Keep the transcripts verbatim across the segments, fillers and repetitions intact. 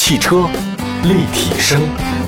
汽车立体声，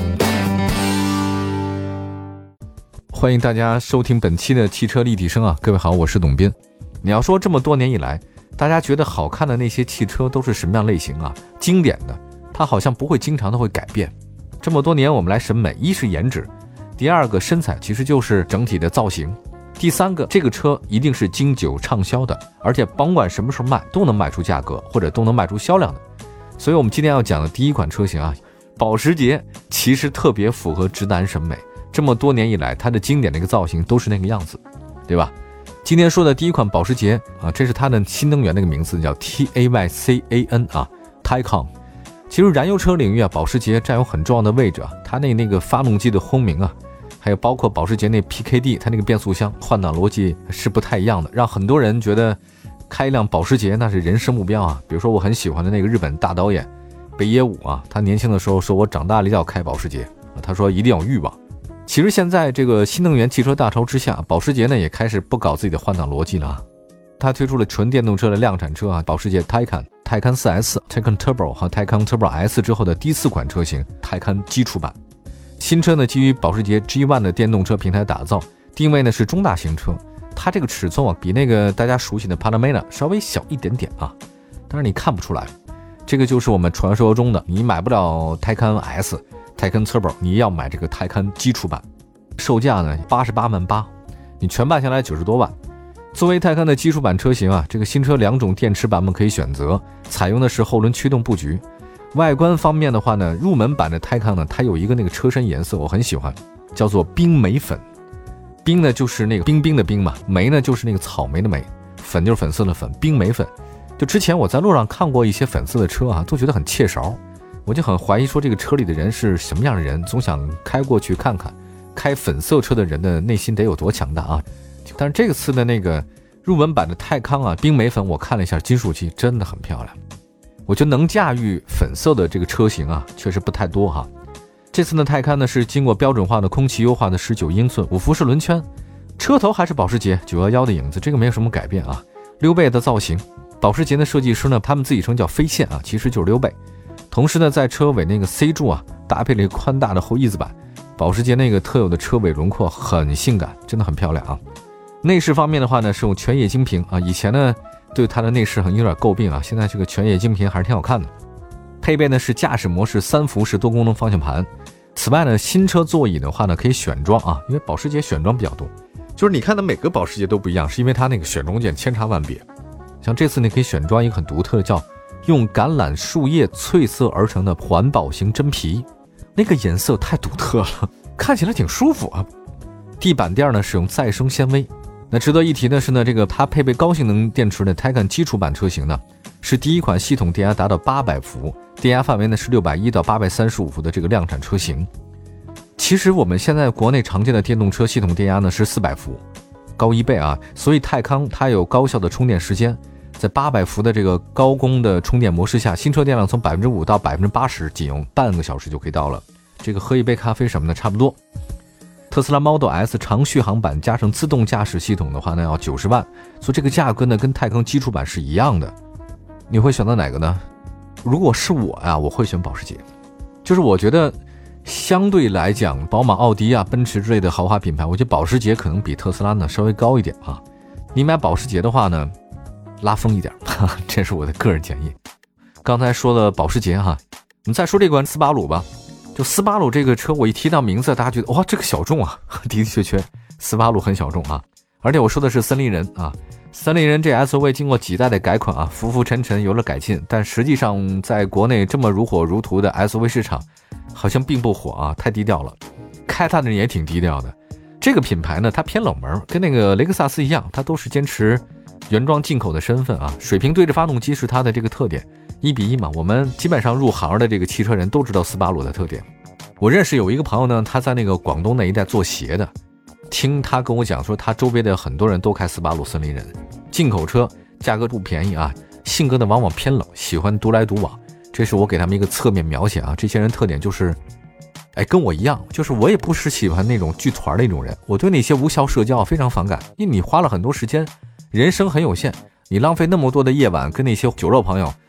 欢迎大家收听本期的汽车立体声啊！各位好，我是董斌。你要说这么多年以来，大家觉得好看的那些汽车都是什么样类型啊？经典的，它好像不会经常的会改变。这么多年我们来审美，一是颜值，第二个身材，其实就是整体的造型。第三个，这个车一定是经久畅销的，而且甭管什么时候卖都能卖出价格，或者都能卖出销量的。所以我们今天要讲的第一款车型啊，保时捷其实特别符合直男审美。这么多年以来，它的经典的一个造型都是那个样子，对吧？今天说的第一款保时捷啊，这是它的新能源那个名字叫 T A Y C A N 啊 Taycan。其实燃油车领域啊，保时捷占有很重要的位置啊，它那那个发动机的轰鸣啊，还有包括保时捷那 P K D 它那个变速箱换挡逻辑是不太一样的，让很多人觉得开一辆保时捷那是人生目标啊。比如说我很喜欢的那个日本大导演北野武啊，他年轻的时候说我长大了一定要开保时捷，他说一定要欲望。其实现在这个新能源汽车大潮之下，保时捷呢也开始不搞自己的换挡逻辑了啊。他推出了纯电动车的量产车啊，保时捷 Taycan、Taycan 四 S、Taycan Turbo 和 Taycan Turbo S 之后的第四款车型 Taycan 基础版。新车呢基于保时捷 G 一 的电动车平台打造，定位呢是中大型车。它这个尺寸啊比那个大家熟悉的 Panamera 稍微小一点点啊，但是你看不出来。这个就是我们传说中的你买不了 Taycan S、Taycan Turbo， 你要买这个 Taycan 基础版，售价呢八十八万八，你全办下来九十多万。作为 Taycan 的基础版车型啊，这个新车两种电池版本可以选择，采用的是后轮驱动布局。外观方面的话呢，入门版的 Taycan 呢，它有一个那个车身颜色我很喜欢，叫做冰莓粉。冰呢就是那个冰冰的冰嘛，莓呢就是那个草莓的莓，粉就是粉色的粉，冰莓粉。就之前我在路上看过一些粉色的车啊，都觉得很切勺，我就很怀疑说这个车里的人是什么样的人，总想开过去看看，开粉色车的人的内心得有多强大啊！但是这次的那个入门版的泰康啊，冰莓粉我看了一下，金属漆真的很漂亮。我觉得能驾驭粉色的这个车型啊，确实不太多哈。这次的泰康呢是经过标准化的空气优化的十九英寸五辐式轮圈，车头还是保时捷九一一的影子，这个没有什么改变啊。溜背的造型，保时捷的设计师呢，他们自己称叫飞线啊，其实就是溜背。同时呢，在车尾那个 C 柱啊，搭配了一个宽大的后翼子板，保时捷那个特有的车尾轮廓很性感，真的很漂亮啊。内饰方面的话呢，是用全液晶屏啊，以前呢对它的内饰很有点诟病啊，现在这个全液晶屏还是挺好看的。配备呢是驾驶模式三辐式多功能方向盘。此外呢，新车座椅的话呢可以选装啊，因为保时捷选装比较多，就是你看的每个保时捷都不一样，是因为它那个选装件千差万别。像这次呢可以选装一个很独特的，叫用橄榄树叶翠色而成的环保型真皮，那个颜色太独特了，看起来挺舒服啊。地板垫呢使用再生纤维。那值得一提的是呢，这个它配备高性能电池的 Taycan 基础版车型呢，是第一款系统电压达到八百伏，电压范围呢是六百一到八百三十五伏的这个量产车型。其实我们现在国内常见的电动车系统电压呢是四百伏，高一倍啊，所以泰康它有高效的充电时间，在八百伏的这个高功的充电模式下，新车电量从 百分之五 到 百分之八十 仅用半个小时就可以到了。这个喝一杯咖啡什么的差不多。特斯拉 Model S 长续航版加上自动驾驶系统的话呢要九十万，所以这个价格呢跟泰康基础版是一样的。你会选择哪个呢？如果是我呀、啊，我会选保时捷。就是我觉得相对来讲，宝马、奥迪啊、奔驰之类的豪华品牌，我觉得保时捷可能比特斯拉呢稍微高一点啊。你买保时捷的话呢，拉风一点，哈哈，这是我的个人建议。刚才说了保时捷哈，我们再说这款斯巴鲁吧。就斯巴鲁这个车，我一提到名字，大家觉得哇，这个小众啊，的的确确，斯巴鲁很小众啊。而且我说的是森林人啊，森林人这 S U V 经过几代的改款啊，浮浮沉沉有了改进，但实际上在国内这么如火如荼的 S U V 市场，好像并不火啊，太低调了。开它的人也挺低调的。这个品牌呢，它偏冷门，跟那个雷克萨斯一样，它都是坚持原装进口的身份啊，水平对着发动机是它的这个特点。一比一嘛，我们基本上入行的这个汽车人都知道斯巴鲁的特点。我认识有一个朋友呢，他在那个广东那一带做鞋的，听他跟我讲说，他周边的很多人都开斯巴鲁森林人，进口车，价格不便宜啊，性格呢往往偏冷，喜欢独来独往。这是我给他们一个侧面描写啊，这些人特点就是，哎，跟我一样，就是我也不是喜欢那种聚团的那种人，我对那些无效社交非常反感，因为你花了很多时间，人生很有限，你浪费那么多的夜晚跟那些酒肉朋友。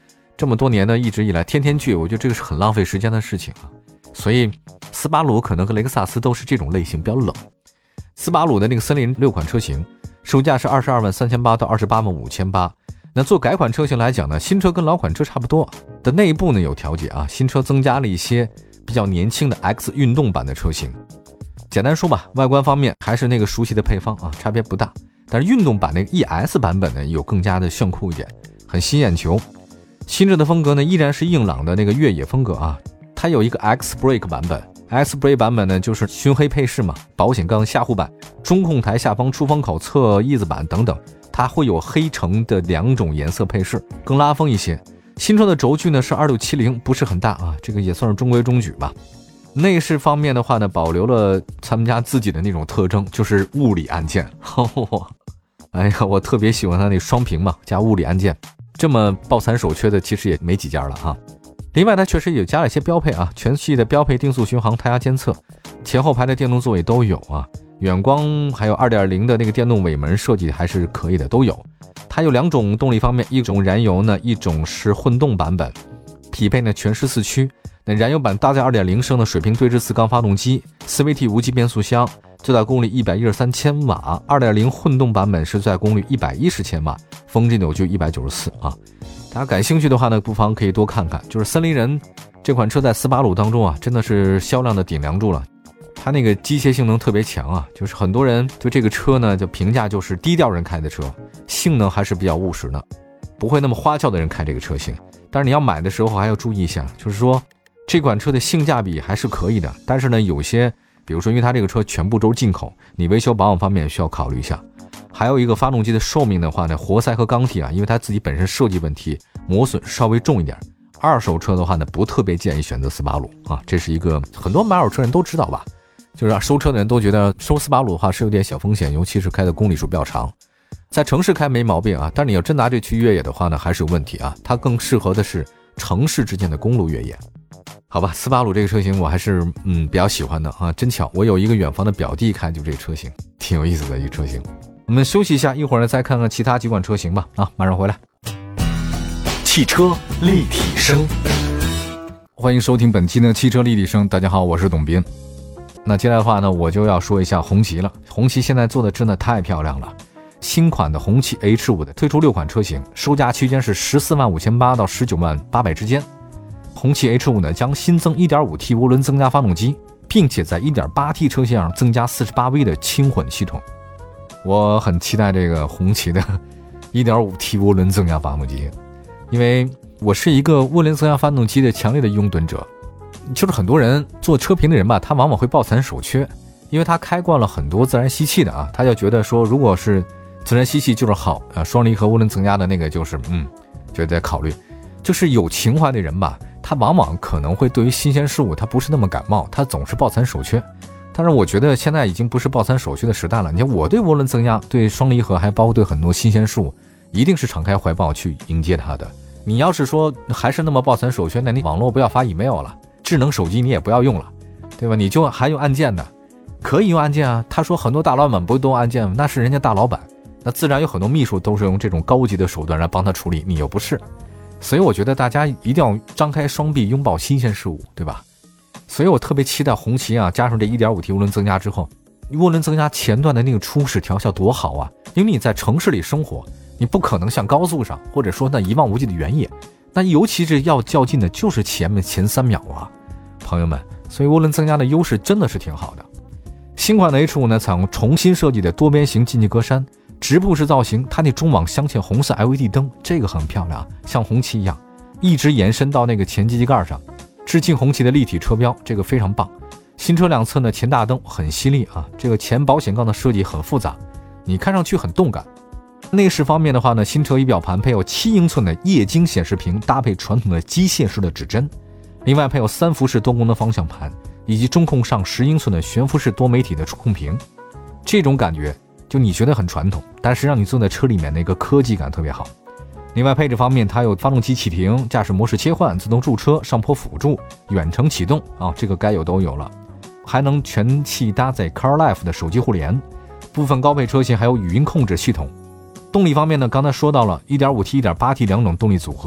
这么多年呢，一直以来天天聚，我觉得这个是很浪费时间的事情啊。所以斯巴鲁可能和雷克萨斯都是这种类型，比较冷。斯巴鲁的那个森林六款车型，售价是二十二万三千八到二十八万五千八。那做改款车型来讲呢，新车跟老款车差不多的内部呢有调节啊，新车增加了一些比较年轻的 X 运动版的车型。简单说吧，外观方面还是那个熟悉的配方啊，差别不大。但是运动版那个 E S 版本呢，有更加的炫酷一点，很吸眼球。新车的风格呢，依然是硬朗的那个越野风格啊。它有一个 X Brake 版本 ，X Brake 版本呢就是熏黑配饰嘛，保险杠下护板、中控台下方出风口、侧翼子板等等，它会有黑橙的两种颜色配饰，更拉风一些。新车的轴距呢是二六七零，不是很大啊，这个也算是中规中矩吧。内饰方面的话呢，保留了他们家自己的那种特征，就是物理按键。哎呀，我特别喜欢它那双屏嘛，加物理按键，这么抱残守缺的其实也没几家了哈。另外它确实也加了一些标配啊，全系的标配定速巡航、胎压监测，前后排的电动座椅都有啊，远光还有 二点零 的那个电动尾门设计还是可以的，都有。它有两种动力方面，一种燃油呢，一种是混动版本，匹配呢全时四驱。那燃油版搭载 二点零 升的水平对置四缸发动机， 四 V T 无级变速箱，最大功率一百一十三千瓦。 二点零 混动版本是最大功率一百一十千瓦，峰值扭矩一百九十四啊。大家感兴趣的话呢，不妨可以多看看。就是森林人这款车在斯巴鲁当中啊，真的是销量的顶梁柱了。它那个机械性能特别强啊，就是很多人对这个车呢就评价就是低调人开的车，性能还是比较务实的，不会那么花俏的人开这个车型。但是你要买的时候还要注意一下，就是说这款车的性价比还是可以的，但是呢有些比如说因为它这个车全部都是进口，你维修保养方面需要考虑一下。还有一个发动机的寿命的话呢，活塞和钢体啊，因为它自己本身设计问题，磨损稍微重一点。二手车的话呢，不特别建议选择斯巴鲁啊，这是一个很多买二手车人都知道吧，就是收车的人都觉得收斯巴鲁的话是有点小风险，尤其是开的公里数比较长。在城市开没毛病啊，但是你要真拿这去越野的话呢，还是有问题啊，它更适合的是城市之间的公路越野。好吧，斯巴鲁这个车型我还是嗯比较喜欢的啊，真巧，我有一个远房的表弟开就这个车型，挺有意思的一个车型。我们休息一下，一会儿呢再看看其他几款车型吧。啊，马上回来。汽车立体声，欢迎收听本期的汽车立体声。大家好，我是董斌。那接下来的话呢，我就要说一下红旗了。红旗现在做的真的太漂亮了。新款的红旗 H 五 的推出六款车型，售价区间是十四万五千八到十九万八百之间。红旗 H 五 呢将新增 一点五 T 涡轮增压发动机，并且在 一点八 T 车型上增加 四十八 V 的轻混系统。我很期待这个红旗的 一点五 T 涡轮增压发动机，因为我是一个涡轮增压发动机的强烈的拥趸者。就是很多人做车评的人吧，他往往会抱残守缺，因为他开惯了很多自然吸气的啊，他就觉得说如果是自然吸气就是好啊，双离合涡轮增压的那个就是嗯，觉得考虑。就是有情怀的人吧，他往往可能会对于新鲜事物他不是那么感冒，他总是抱残守缺。但是我觉得现在已经不是抱残守缺的时代了。你看我对涡轮增压、对双离合，还包括对很多新鲜事物，一定是敞开怀抱去迎接它的。你要是说还是那么抱残守缺，那你网络不要发 email 了，智能手机你也不要用了，对吧？你就还用按键的，可以用按键啊。他说很多大老板不都用按键吗？那是人家大老板，那自然有很多秘书都是用这种高级的手段来帮他处理，你又不是。所以我觉得大家一定要张开双臂拥抱新鲜事物，对吧？所以我特别期待红旗啊，加上这 一点五 T 涡轮增压之后，涡轮增压前段的那个初始调校多好啊！因为你在城市里生活，你不可能像高速上，或者说那一望无际的原野，那尤其是要较劲的就是前面前三秒啊，朋友们。所以涡轮增压的优势真的是挺好的。新款的 H 五 呢，采用重新设计的多边形进气格栅，直瀑式造型，它那中网镶嵌红色 L E D 灯，这个很漂亮，像红旗一样，一直延伸到那个前机器盖上。致敬红旗的立体车标，这个非常棒。新车两侧呢，前大灯很犀利啊，这个前保险杠的设计很复杂，你看上去很动感。内饰方面的话呢，新车仪表盘配有七英寸的液晶显示屏，搭配传统的机械式的指针，另外配有三辐式多功能方向盘，以及中控上十英寸的悬浮式多媒体的触控屏。这种感觉就你觉得很传统，但是让你坐在车里面那个科技感特别好。另外配置方面，它有发动机启停、驾驶模式切换、自动驻车、上坡辅助、远程启动啊，这个该有都有了。还能全系搭载 CarLife 的手机互联，部分高配车型还有语音控制系统。动力方面呢，刚才说到了 一点五 T、一点八 T 两种动力组合，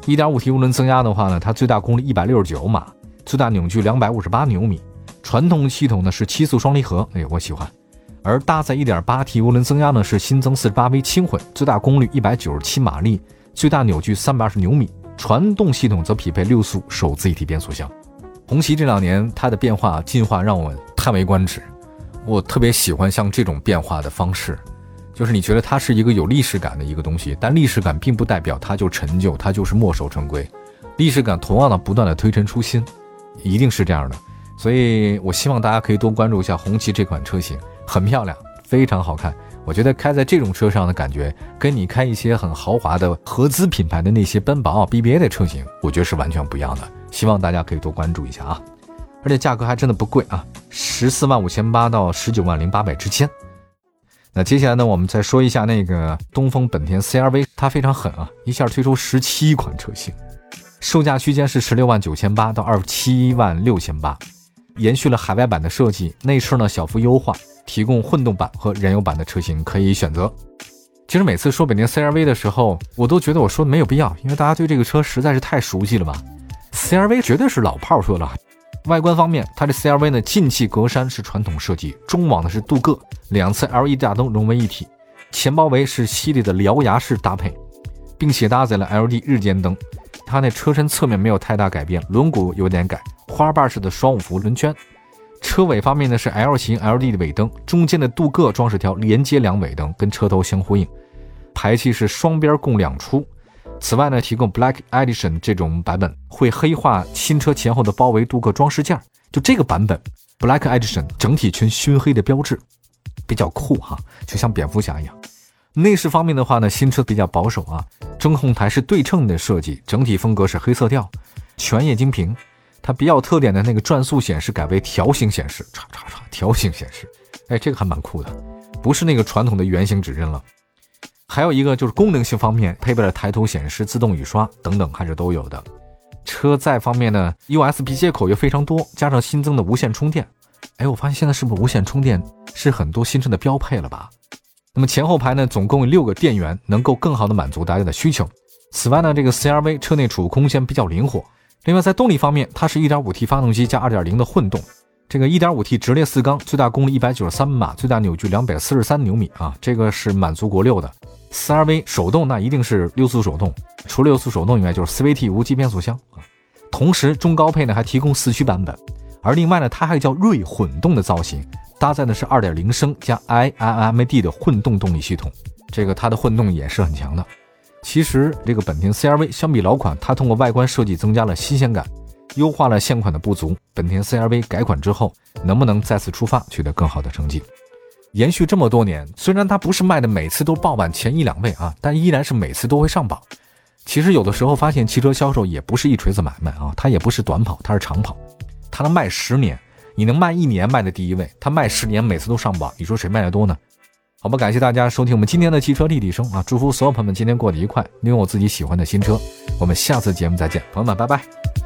一点五 T 涡轮增压的话呢，它最大功率一百六十九马，最大扭矩两百五十八牛米。传统系统呢是七速双离合，哎，我喜欢。而搭载 一点八 T 涡轮增压呢是新增四十八 V 轻混，最大功率一百九十七马力，最大扭矩三百二十牛米。传动系统则匹配六速手自一体变速箱。红旗这两年它的变化进化让我叹为观止，我特别喜欢像这种变化的方式，就是你觉得它是一个有历史感的一个东西，但历史感并不代表它就陈旧，它就是墨守成规。历史感同样的不断的推陈出新，一定是这样的。所以我希望大家可以多关注一下红旗这款车型，很漂亮，非常好看。我觉得开在这种车上的感觉，跟你开一些很豪华的合资品牌的那些奔宝、B B A 的车型，我觉得是完全不一样的。希望大家可以多关注一下啊！而且价格还真的不贵啊，十四万五千八到十九万零八百之间。那接下来呢，我们再说一下那个东风本田 C R V， 它非常狠啊，一下推出十七款车型，售价区间是十六万九千八到二十七万六千八，延续了海外版的设计，内饰呢小幅优化。提供混动版和燃油版的车型可以选择。其实每次说本田 C R V 的时候，我都觉得我说的没有必要，因为大家对这个车实在是太熟悉了吧。C R V 绝对是老炮车了。外观方面，它的 C R V 呢，进气格栅是传统设计，中网的是镀铬，两侧 L E D 大灯融为一体，前包围是犀利的獠牙式搭配，并且搭载了 L E D 日间灯。它那车身侧面没有太大改变，轮毂有点改，花瓣式的双五辐轮圈。车尾方面呢是 L 型 L E D 的尾灯，中间的镀铬装饰条连接两尾灯，跟车头相呼应。排气是双边共两出。此外呢，提供 Black Edition 这种版本，会黑化新车前后的包围镀铬装饰件。就这个版本 Black Edition 整体全熏黑的标志，比较酷哈，就像蝙蝠侠一样。内饰方面的话呢，新车比较保守啊，中控台是对称的设计，整体风格是黑色调，全液晶屏。它比较特点的那个转速显示改为条形显示，唰唰唰，条形显示，哎，这个还蛮酷的，不是那个传统的圆形指针了。还有一个就是功能性方面，配备了抬头显示、自动雨刷等等，还是都有的。车载方面呢 ，U S B 接口又非常多，加上新增的无线充电，哎，我发现现在是不是无线充电是很多新车的标配了吧？那么前后排呢，总共有六个电源，能够更好的满足大家的需求。此外呢，这个 C R V 车内储物空间比较灵活。另外在动力方面，它是 一点五 T 发动机加 二点零 的混动，这个 一点五 T 直列四缸，最大功率一百九十三马，最大扭矩两百四十三牛米啊，这个是满足国六的。C R V 手动那一定是六速手动，除了六速手动以外就是 C V T 无级变速箱啊。同时中高配呢还提供四驱版本，而另外呢它还叫锐混动的造型，搭载的是 二点零 升加 I I M D 的混动动力系统，这个它的混动也是很强的。其实这个本田 C R V 相比老款，它通过外观设计增加了新鲜感，优化了现款的不足。本田 C R V 改款之后，能不能再次出发，取得更好的成绩？延续这么多年，虽然它不是卖的每次都爆满前一两位啊，但依然是每次都会上榜。其实有的时候发现汽车销售也不是一锤子买卖啊，它也不是短跑，它是长跑。它能卖十年，你能卖一年卖的第一位，它卖十年每次都上榜，你说谁卖的多呢？好吧，感谢大家收听我们今天的汽车立体声啊！祝福所有朋友们今天过得愉快，拥有自己喜欢的新车。我们下次节目再见，朋友们，拜拜。